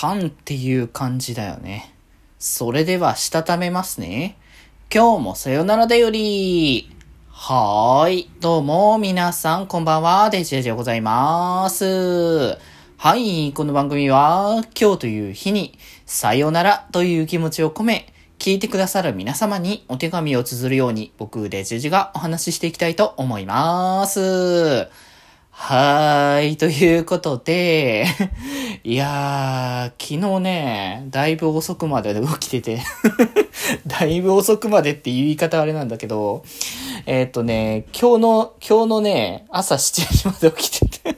パンっていう感じだよね。それではしたためますね。今日もさよならだより。はーい。どうも皆さんこんばんは。デジェジでございます。はい。この番組は今日という日にさよならという気持ちを込め、聞いてくださる皆様にお手紙を綴るように僕デジェジがお話ししていきたいと思います。はーい。ということで、いやー、昨日ね、だいぶ遅くまで起きてて、だいぶ遅くまでっていう言い方あれなんだけど、今日のね、朝7時まで起きてて、い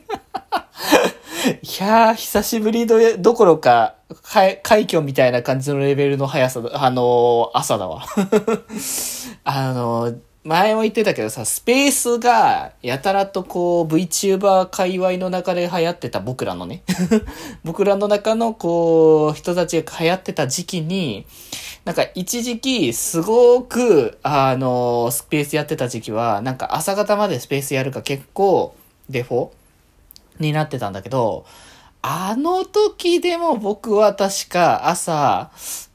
やー、久しぶりどころか、快挙みたいな感じのレベルの速さ、朝だわ。前も言ってたけどさ、スペースがやたらとこう VTuber 界隈の中で流行ってた僕らのね僕らの中のこう人たちが流行ってた時期に、なんか一時期すごくスペースやってた時期はなんか朝方までスペースやるか結構デフォになってたんだけど、あの時でも僕は確か朝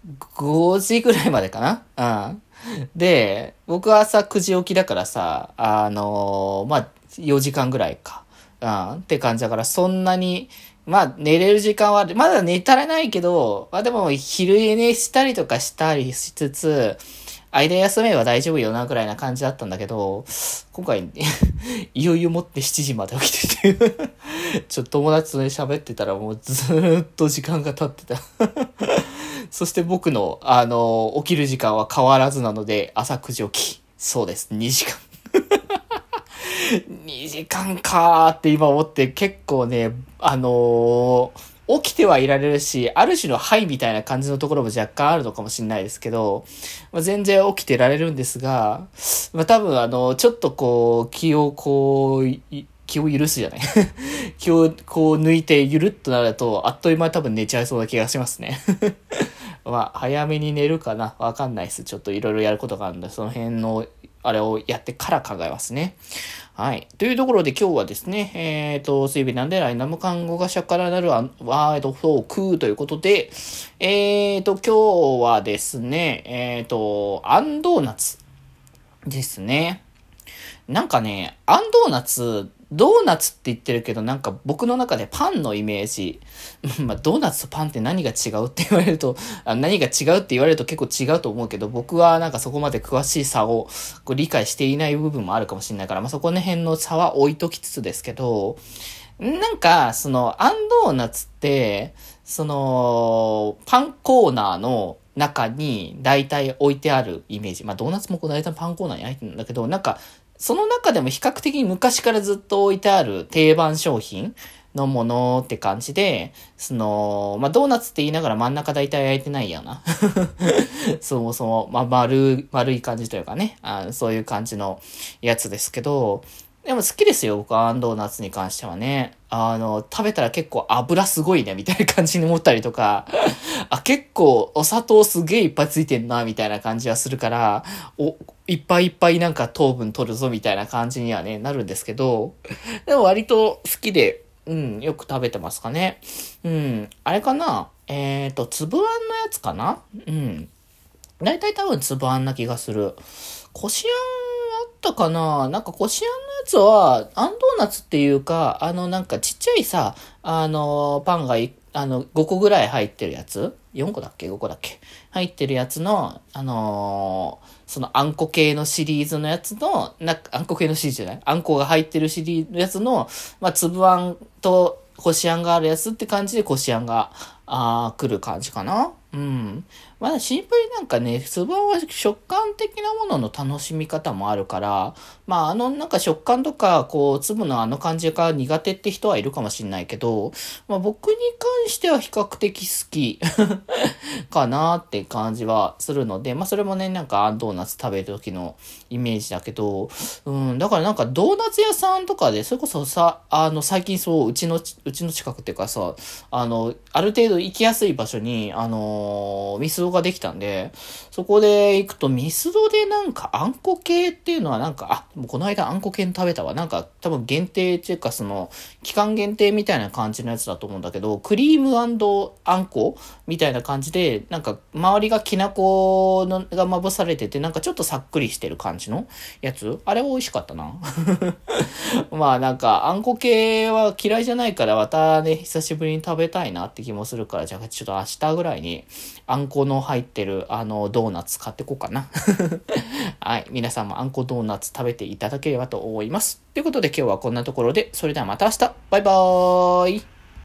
5時ぐらいまでかな。で、僕は朝9時起きだからさ、4時間ぐらいか。って感じだから、そんなに、寝れる時間は、まだ寝足らないけど、でも、昼寝したりとかしたりしつつ、間休めば大丈夫よな、ぐらいな感じだったんだけど、今回、いよいよもって7時まで起きてて、ちょっと友達とね、喋ってたらもうずーっと時間が経ってた。そして僕の、起きる時間は変わらずなので、朝9時起き。そうです、2時間。2時間かーって今思って、結構ね、起きてはいられるし、ある種のハイみたいな感じのところも若干あるのかもしれないですけど、全然起きてられるんですが、多分ちょっとこう、気を許すじゃない気をこう抜いてゆるっとなると、あっという間に多分寝ちゃいそうな気がしますね。早めに寝るかなわかんないです。ちょっといろいろやることがあるんで、その辺の、あれをやってから考えますね。はい。というところで今日はですね、水曜日なんで来南無看護が社からなるワードフォークということで、今日はですね、アンドーナツですね。なんかね、アンドーナツ、ドーナツって言ってるけど、なんか僕の中でパンのイメージ。ドーナツとパンって何が違うって言われると、何が違うって言われると結構違うと思うけど、僕はなんかそこまで詳しい差を理解していない部分もあるかもしれないから、そこの辺の差は置いときつつですけど、なんか、アンドーナツって、パンコーナーの中に大体置いてあるイメージ。ドーナツも大体パンコーナーに入ってるんだけど、なんか、その中でも比較的に昔からずっと置いてある定番商品のものって感じで、ドーナツって言いながら真ん中大体焼いてないよな。そもそも、丸い感じというかね、そういう感じのやつですけど、でも好きですよ、僕はドーナツに関してはね。食べたら結構油すごいね、みたいな感じに思ったりとか、結構お砂糖すげえいっぱいついてんな、みたいな感じはするから、いっぱいいっぱいなんか糖分取るぞ、みたいな感じにはね、なるんですけど、でも割と好きで、よく食べてますかね。あれかな粒あんのやつかな大体多分粒あんな気がする。こしあんあったかななんかこしあんのやつは、あんドーナツっていうか、なんかちっちゃいさ、パンが5個ぐらい入ってるやつ ?4 個だっけ ?5 個だっけ入ってるやつの、そのあんこ系のシリーズのやつの、あんこ系のシリーズじゃないあんこが入ってるシリーズのやつの、粒あんとこしあんがあるやつって感じでこしあんが、来る感じかなシンプルになんかね、粒あんは食感的なものの楽しみ方もあるから、なんか食感とか、粒の感じが苦手って人はいるかもしれないけど、僕に関しては比較的好きかなって感じはするので、それもね、なんかドーナツ食べる時のイメージだけど、だからなんかドーナツ屋さんとかで、それこそさ、最近そう、うちの近くっていうかさ、ある程度行きやすい場所に、ミスドができたんで、そこで行くとミスドでなんかあんこ系っていうのはなんか、もうこの間あんこ系食べたわ。なんか多分限定っていうか期間限定みたいな感じのやつだと思うんだけど、クリームあんこみたいな感じで、なんか周りがきな粉がまぶされてて、なんかちょっとさっくりしてる感じのやつ。あれは美味しかったな。まあなんか、あんこ系は嫌いじゃないから、またね、久しぶりに食べたいなって気もするから、じゃあちょっと明日ぐらいに、あんこの入ってる、ドーナツ買ってこうかな。はい。皆さんもあんこドーナツ食べていただければと思います。ということで今日はこんなところで、それではまた明日バイバーイ